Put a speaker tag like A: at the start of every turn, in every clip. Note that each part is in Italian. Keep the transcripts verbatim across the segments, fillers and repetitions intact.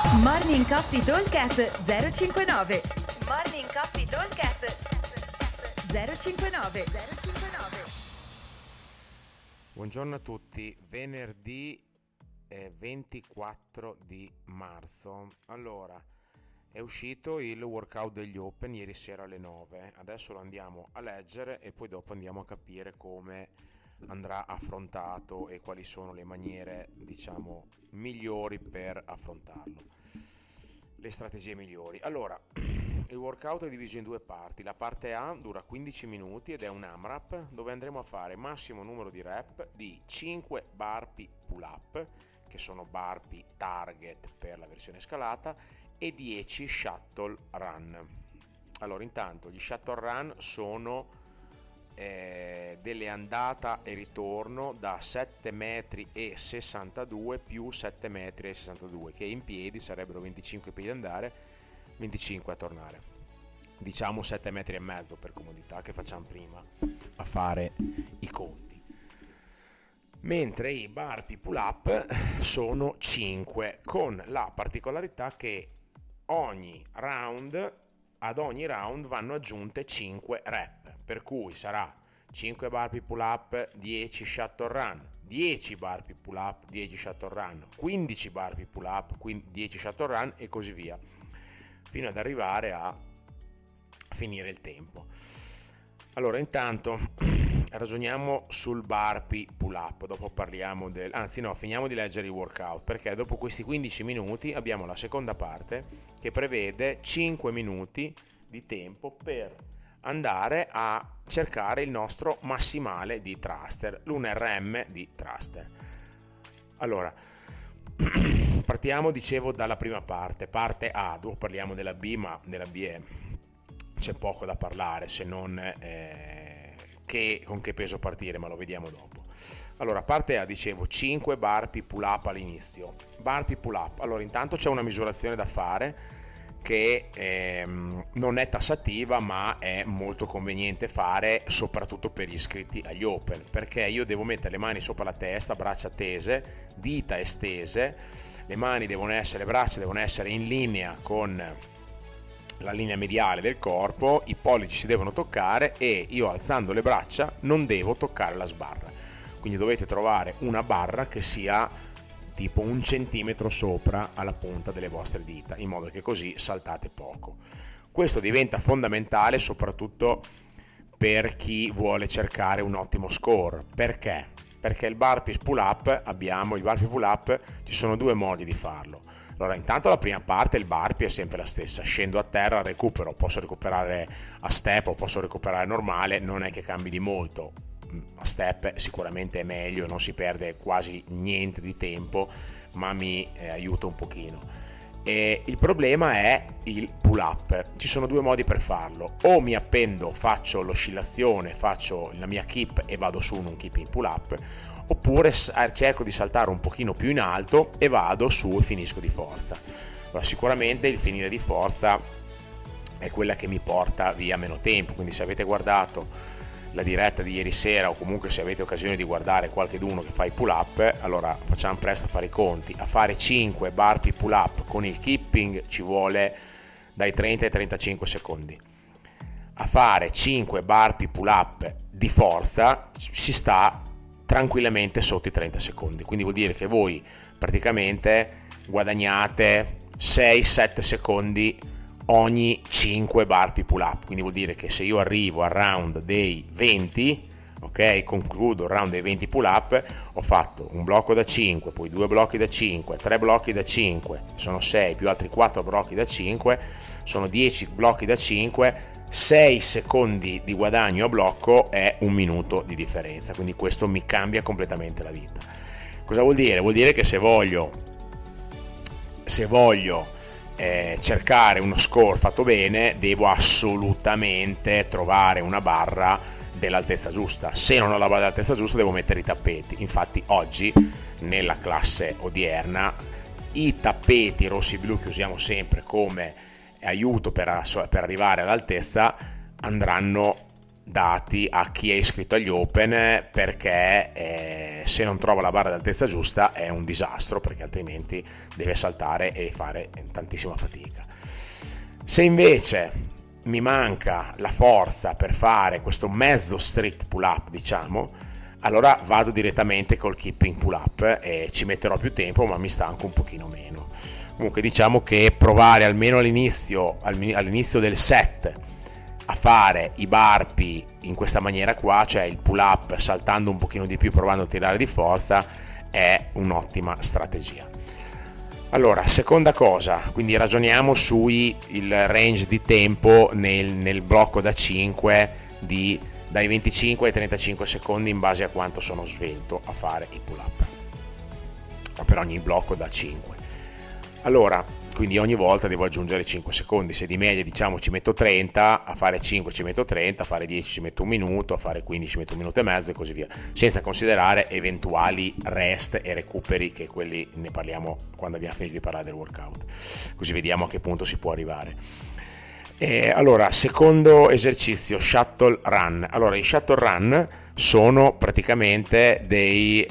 A: Morning Coffee Talkcast zero cinquantanove. Morning Coffee Talkcast zero cinquantanove. zero cinquantanove.
B: Buongiorno a tutti, venerdì eh, ventiquattro di marzo. Allora, è uscito il workout degli Open ieri sera alle nove, adesso lo andiamo a leggere e poi dopo andiamo a capire come andrà affrontato e quali sono le maniere, diciamo, migliori per affrontarlo, le strategie migliori. Allora, il workout è diviso in due parti. La parte A dura quindici minuti ed è un AMRAP dove andremo a fare massimo numero di rep di cinque burpee pull up, che sono burpee target per la versione scalata, e dieci shuttle run. Allora, intanto gli shuttle run sono eh, delle andata e ritorno da sette metri e sessantadue più sette metri e sessantadue, che in piedi sarebbero venticinque piedi andare, venticinque a tornare. Diciamo sette metri e mezzo per comodità, che facciamo prima a fare i conti. Mentre i burpee pull up sono cinque, con la particolarità che ogni round, ad ogni round vanno aggiunte cinque rep, per cui sarà cinque burpee pull up, dieci shuttle run, dieci burpee pull up, dieci shuttle run, quindici burpee pull up, dieci shuttle run e così via, fino ad arrivare a finire il tempo. Allora, intanto ragioniamo sul burpee pull up, dopo parliamo del, anzi no, finiamo di leggere il workout, perché dopo questi quindici minuti abbiamo la seconda parte che prevede cinque minuti di tempo per andare a cercare il nostro massimale di thruster, l'uno R M di thruster. Allora, partiamo, dicevo, dalla prima parte, parte A. Dopo parliamo della B, ma nella B è, c'è poco da parlare, se non eh, che, con che peso partire, ma lo vediamo dopo. Allora, parte A, dicevo, cinque burpee pull up all'inizio. Burpee pull up, allora intanto c'è una misurazione da fare che ehm, non è tassativa, ma è molto conveniente fare, soprattutto per gli iscritti agli Open, perché io devo mettere le mani sopra la testa, braccia tese, dita estese, le mani devono essere, le braccia devono essere in linea con la linea mediale del corpo, i pollici si devono toccare e io, alzando le braccia, non devo toccare la sbarra. Quindi dovete trovare una barra che sia tipo un centimetro sopra alla punta delle vostre dita, in modo che così saltate poco. Questo diventa fondamentale soprattutto per chi vuole cercare un ottimo score. Perché? Perché il burpee pull up, abbiamo il burpee pull up, ci sono due modi di farlo. Allora, intanto la prima parte, il burpee, è sempre la stessa: scendo a terra, recupero, posso recuperare a step o posso recuperare normale, non è che cambi di molto. A step sicuramente è meglio, non si perde quasi niente di tempo, ma mi eh, aiuta un pochino. E il problema è il pull up. Ci sono due modi per farlo: o mi appendo, faccio l'oscillazione, faccio la mia keep e vado su in un keeping pull up, oppure cerco di saltare un pochino più in alto e vado su e finisco di forza. Allora, sicuramente il finire di forza è quella che mi porta via meno tempo, quindi se avete guardato la diretta di ieri sera, o comunque se avete occasione di guardare qualcheduno che fa i pull up, allora facciamo presto a fare i conti. A fare cinque burpee pull up con il keeping ci vuole dai trenta ai trentacinque secondi. A fare cinque burpee pull up di forza si sta tranquillamente sotto i trenta secondi, quindi vuol dire che voi praticamente guadagnate sei sette secondi ogni cinque burpee pull up. Quindi vuol dire che se io arrivo al round dei venti, ok, concludo il round dei venti pull up, ho fatto un blocco da cinque, poi due blocchi da cinque, tre blocchi da cinque, sono sei, più altri quattro blocchi da cinque, sono dieci blocchi da cinque, sei secondi di guadagno a blocco è un minuto di differenza, quindi questo mi cambia completamente la vita. Cosa vuol dire? Vuol dire che se voglio se voglio Eh, cercare uno score fatto bene, devo assolutamente trovare una barra dell'altezza giusta. Se non ho la barra dell'altezza giusta, devo mettere i tappeti. Infatti oggi nella classe odierna i tappeti rossi blu che usiamo sempre come aiuto per, per arrivare all'altezza andranno dati a chi è iscritto agli Open, perché eh, se non trova la barra d'altezza giusta è un disastro, perché altrimenti deve saltare e fare tantissima fatica. Se invece mi manca la forza per fare questo mezzo strict pull up, diciamo, allora vado direttamente col keeping pull up e ci metterò più tempo, ma mi stanco un pochino meno. Comunque diciamo che provare almeno all'inizio, all'inizio del set a fare i burpee in questa maniera qua, cioè il pull up saltando un pochino di più, provando a tirare di forza, è un'ottima strategia. Allora, seconda cosa, quindi ragioniamo sui il range di tempo nel, nel blocco da cinque di dai venticinque ai trentacinque secondi in base a quanto sono svelto a fare i pull up per ogni blocco da cinque. Allora, quindi ogni volta devo aggiungere cinque secondi. Se di media diciamo ci metto trenta, a fare cinque ci metto trenta, a fare dieci ci metto un minuto, a fare quindici ci metto un minuto e mezzo e così via, senza considerare eventuali rest e recuperi, che quelli ne parliamo quando abbiamo finito di parlare del workout, così vediamo a che punto si può arrivare. E allora, secondo esercizio, shuttle run. Allora, i shuttle run sono praticamente dei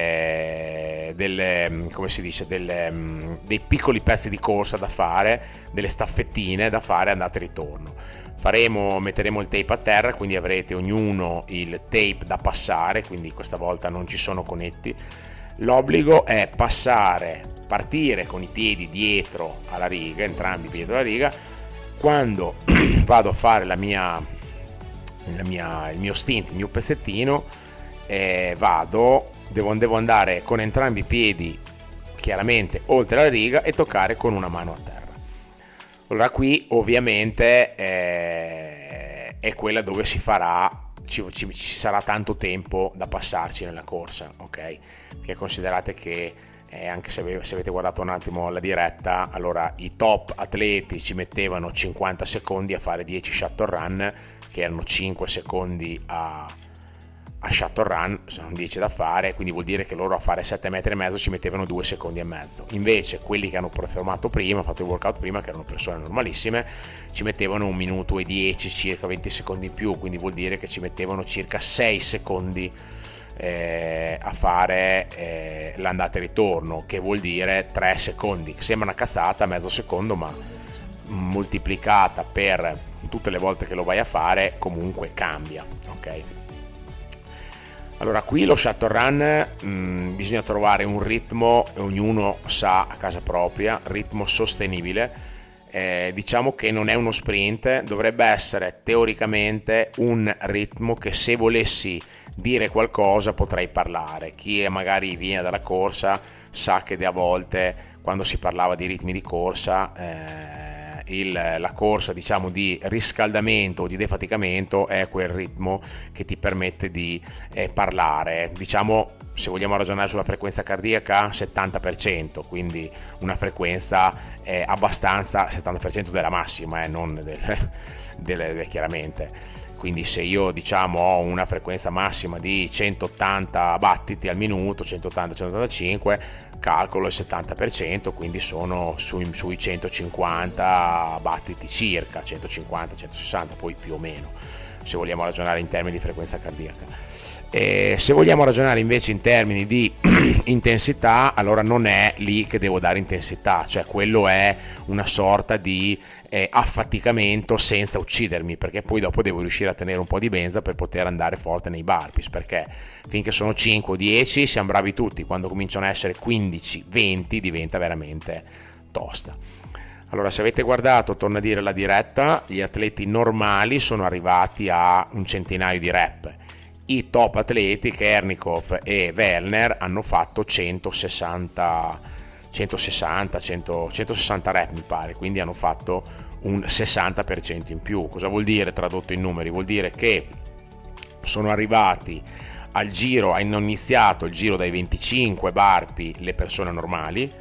B: eh, delle, come si dice, delle, dei piccoli pezzi di corsa da fare, delle staffettine da fare andata e ritorno. Faremo, metteremo il tape a terra, quindi avrete ognuno il tape da passare, quindi questa volta non ci sono conetti. L'obbligo è passare, partire con i piedi dietro alla riga, entrambi i piedi dietro alla riga. Quando vado a fare la mia, la mia, il mio stint, il mio pezzettino, eh, vado, devo, devo andare con entrambi i piedi chiaramente oltre la riga e toccare con una mano a terra. Allora qui ovviamente eh, è quella dove si farà, ci, ci, ci sarà tanto tempo da passarci nella corsa, ok? Perché considerate che Eh, anche se, ave- se avete guardato un attimo la diretta, allora i top atleti ci mettevano cinquanta secondi a fare dieci shuttle run, che erano cinque secondi a, a shuttle run, sono dieci da fare, quindi vuol dire che loro a fare sette metri e mezzo ci mettevano due secondi e mezzo. Invece quelli che hanno performato prima, fatto il workout prima, che erano persone normalissime, ci mettevano un minuto e dieci, circa venti secondi in più, quindi vuol dire che ci mettevano circa sei secondi Eh, a fare eh, l'andata e ritorno, che vuol dire tre secondi, che sembra una cazzata, mezzo secondo, ma moltiplicata per tutte le volte che lo vai a fare comunque cambia, ok? Allora qui lo shuttle run mh, bisogna trovare un ritmo, ognuno sa a casa propria, ritmo sostenibile. Eh, diciamo che non è uno sprint, dovrebbe essere teoricamente un ritmo che, se volessi dire qualcosa, potrei parlare. Chi magari viene dalla corsa sa che a volte, quando si parlava di ritmi di corsa, eh, il, la corsa diciamo di riscaldamento o di defaticamento è quel ritmo che ti permette di eh, parlare, diciamo, se vogliamo ragionare sulla frequenza cardiaca, settanta per cento, quindi una frequenza eh, abbastanza, settanta per cento della massima, eh, non del, del, del, chiaramente. Quindi se io diciamo ho una frequenza massima di centottanta battiti al minuto, centottanta centottantacinque, calcolo il settanta per cento, quindi sono sui, sui centocinquanta battiti circa, centocinquanta centosessanta, poi più o meno, se vogliamo ragionare in termini di frequenza cardiaca. E se vogliamo ragionare invece in termini di intensità, allora non è lì che devo dare intensità, cioè quello è una sorta di eh, affaticamento senza uccidermi, perché poi dopo devo riuscire a tenere un po' di benza per poter andare forte nei burpees, perché finché sono cinque o dieci siamo bravi tutti, quando cominciano a essere quindici venti diventa veramente tosta. Allora, se avete guardato, torno a dire, la diretta, gli atleti normali sono arrivati a un centinaio di rep. I top atleti, Kernikov e Wellner, hanno fatto centosessanta, centosessanta, cento, centosessanta rep mi pare, quindi hanno fatto un sessanta per cento in più. Cosa vuol dire tradotto in numeri? Vuol dire che sono arrivati al giro, hanno iniziato il giro dai venticinque burpee le persone normali,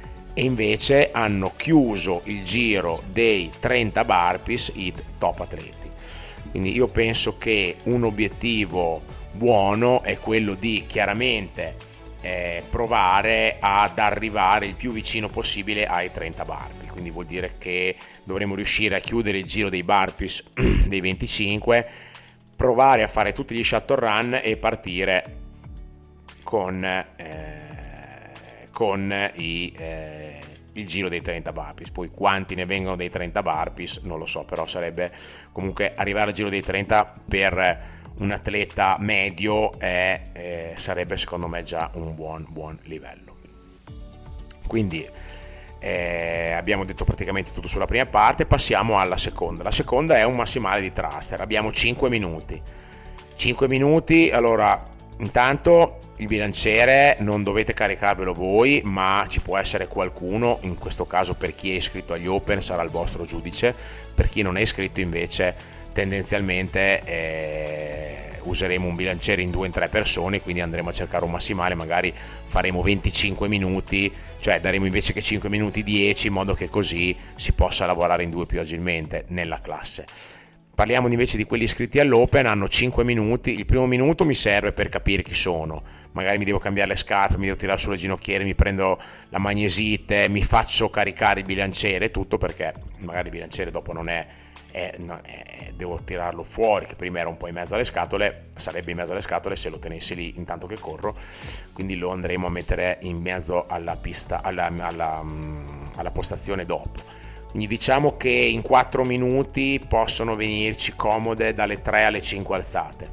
B: e invece hanno chiuso il giro dei trenta burpees i top atleti. Quindi io penso che un obiettivo buono è quello di chiaramente eh, provare ad arrivare il più vicino possibile ai trenta burpee, quindi vuol dire che dovremo riuscire a chiudere il giro dei burpees dei venticinque provare a fare tutti gli shuttle run e partire con, eh, con i, eh, il giro dei trenta burpees. Poi quanti ne vengono dei trenta burpees non lo so, però sarebbe comunque arrivare al giro dei trenta per un atleta medio è, eh, sarebbe secondo me già un buon buon livello. Quindi eh, abbiamo detto praticamente tutto sulla prima parte, passiamo alla seconda. La seconda è un massimale di thruster, abbiamo cinque minuti. cinque minuti, allora intanto il bilanciere non dovete caricarvelo voi, ma ci può essere qualcuno, in questo caso per chi è iscritto agli Open sarà il vostro giudice, per chi non è iscritto invece tendenzialmente eh, useremo un bilanciere in due in tre persone, quindi andremo a cercare un massimale, magari faremo venticinque minuti, cioè daremo invece che cinque minuti dieci, in modo che così si possa lavorare in due più agilmente nella classe. Parliamo invece di quelli iscritti all'Open, hanno cinque minuti. Il primo minuto mi serve per capire chi sono, magari mi devo cambiare le scarpe, mi devo tirare sulle ginocchiere, mi prendo la magnesite, mi faccio caricare il bilanciere, tutto, perché magari il bilanciere dopo non è, è, no, è devo tirarlo fuori, che prima era un po' in mezzo alle scatole, sarebbe in mezzo alle scatole se lo tenessi lì intanto che corro, quindi lo andremo a mettere in mezzo alla pista, alla, alla, alla postazione dopo. Quindi diciamo che in quattro minuti possono venirci comode dalle tre alle cinque alzate.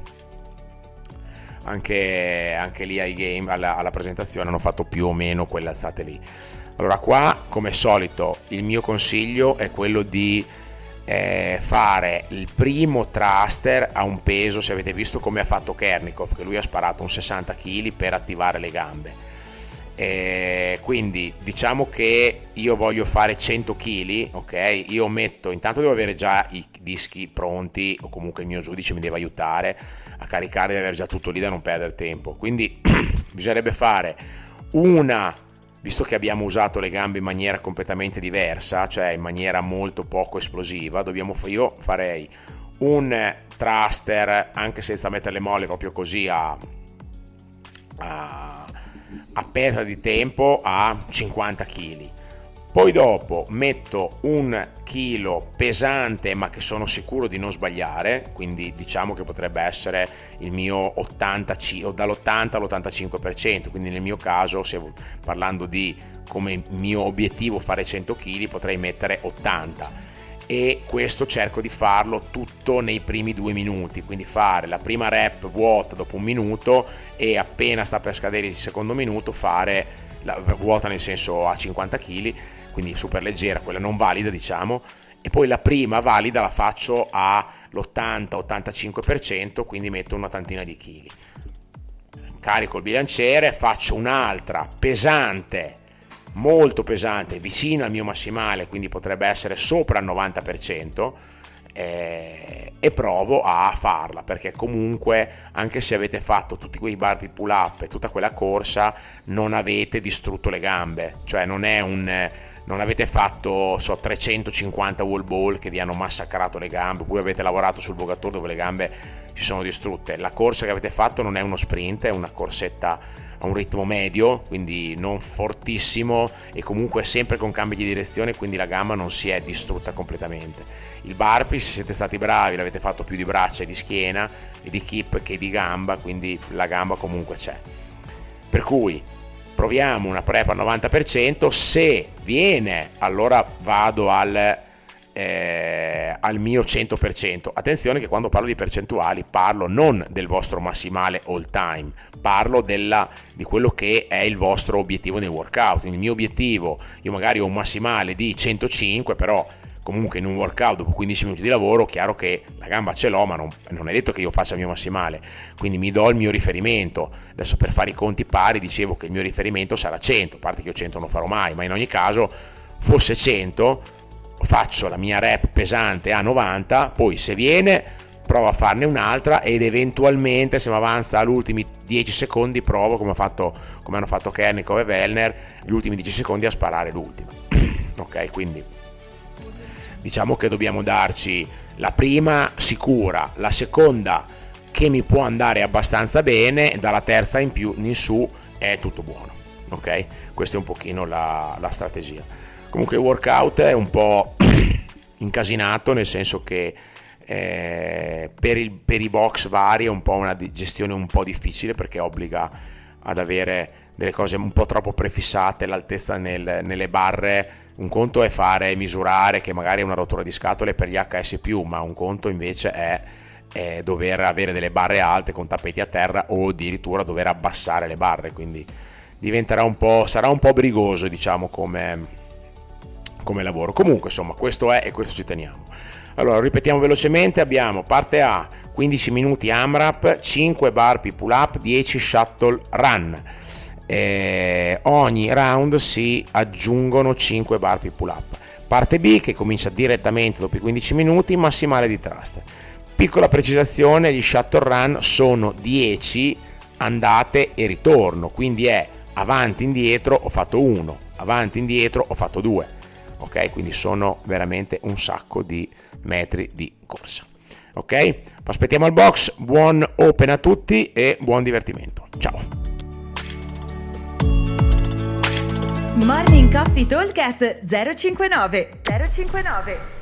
B: Anche, anche lì ai game, alla, alla presentazione hanno fatto più o meno quelle alzate lì. Allora qua, come solito, il mio consiglio è quello di eh, fare il primo thruster a un peso. Se avete visto come ha fatto Kernikov, che lui ha sparato un sessanta chili per attivare le gambe. Eh, quindi diciamo che io voglio fare cento chili, ok? Io metto, intanto devo avere già i dischi pronti, o comunque il mio giudice mi deve aiutare a caricare, deve avere già tutto lì da non perdere tempo. Quindi bisognerebbe fare una, visto che abbiamo usato le gambe in maniera completamente diversa, cioè in maniera molto poco esplosiva, dobbiamo, io farei un thruster anche senza mettere le molle, proprio così a, a a perdita di tempo a cinquanta chili. Poi dopo metto un chilo pesante, ma che sono sicuro di non sbagliare, quindi diciamo che potrebbe essere il mio ottanta o dall'ottanta all'ottantacinque per cento, quindi nel mio caso, se parlando di come mio obiettivo fare cento chili, potrei mettere ottanta, e questo cerco di farlo tutto nei primi due minuti, quindi fare la prima rep vuota dopo un minuto e appena sta per scadere il secondo minuto fare la vuota, nel senso a cinquanta chili, quindi super leggera, quella non valida diciamo, e poi la prima valida la faccio all'ottanta ottantacinque per cento, quindi metto un'ottantina di chili, carico il bilanciere, faccio un'altra pesante, molto pesante, vicino al mio massimale, quindi potrebbe essere sopra il novanta per cento, eh, e provo a farla, perché comunque anche se avete fatto tutti quei burpee pull up e tutta quella corsa non avete distrutto le gambe, cioè non è un non avete fatto so trecentocinquanta wall ball che vi hanno massacrato le gambe, oppure avete lavorato sul vogatore dove le gambe si sono distrutte. La corsa che avete fatto non è uno sprint, è una corsetta a un ritmo medio, quindi non fortissimo, e comunque sempre con cambi di direzione, quindi la gamba non si è distrutta completamente. Il burpee, se siete stati bravi, l'avete fatto più di braccia e di schiena e di hip che di gamba, quindi la gamba comunque c'è. Per cui proviamo una prep al novanta per cento, se viene allora vado al, eh, al mio cento per cento. Attenzione che quando parlo di percentuali parlo non del vostro massimale all time, parlo della, di quello che è il vostro obiettivo nel workout. Quindi il mio obiettivo, io magari ho un massimale di centocinque, però comunque in un workout dopo quindici minuti di lavoro, chiaro che la gamba ce l'ho, ma non, non è detto che io faccia il mio massimale, quindi mi do il mio riferimento. Adesso per fare i conti pari dicevo che il mio riferimento sarà cento, a parte che io cento non farò mai, ma in ogni caso fosse cento, faccio la mia rep pesante a novanta, poi se viene provo a farne un'altra, ed eventualmente se mi avanza agli ultimi dieci secondi provo, come, ho fatto, come hanno fatto Kernikov e Wellner, gli ultimi dieci secondi a sparare l'ultima. Ok, quindi diciamo che dobbiamo darci la prima sicura, la seconda che mi può andare abbastanza bene, dalla terza in più in su è tutto buono. Ok, questa è un pochino la, la strategia. Comunque il workout è un po' incasinato, nel senso che eh, per, il, per i box vari è un po' una gestione un po' difficile, perché obbliga ad avere delle cose un po' troppo prefissate, l'altezza nel, nelle barre. Un conto è fare misurare che magari è una rottura di scatole per gli H S più, ma un conto invece è, è dover avere delle barre alte con tappeti a terra, o addirittura dover abbassare le barre, quindi diventerà un po', sarà un po' brigoso, diciamo, come, come lavoro. Comunque insomma questo è, e questo ci teniamo. Allora ripetiamo velocemente: abbiamo parte A quindici minuti AMRAP, cinque burpee pull up, dieci shuttle run. Eh, ogni round si aggiungono cinque burpee pull up. Parte B, che comincia direttamente dopo i quindici minuti, massimale di thrust. Piccola precisazione: gli shuttle run sono dieci andate e ritorno, quindi è avanti indietro ho fatto uno, avanti indietro ho fatto due, ok? Quindi sono veramente un sacco di metri di corsa, ok? Aspettiamo al box. Buon open a tutti e buon divertimento, ciao.
A: Morning Coffee Talk at zero cinquantanove zero cinquantanove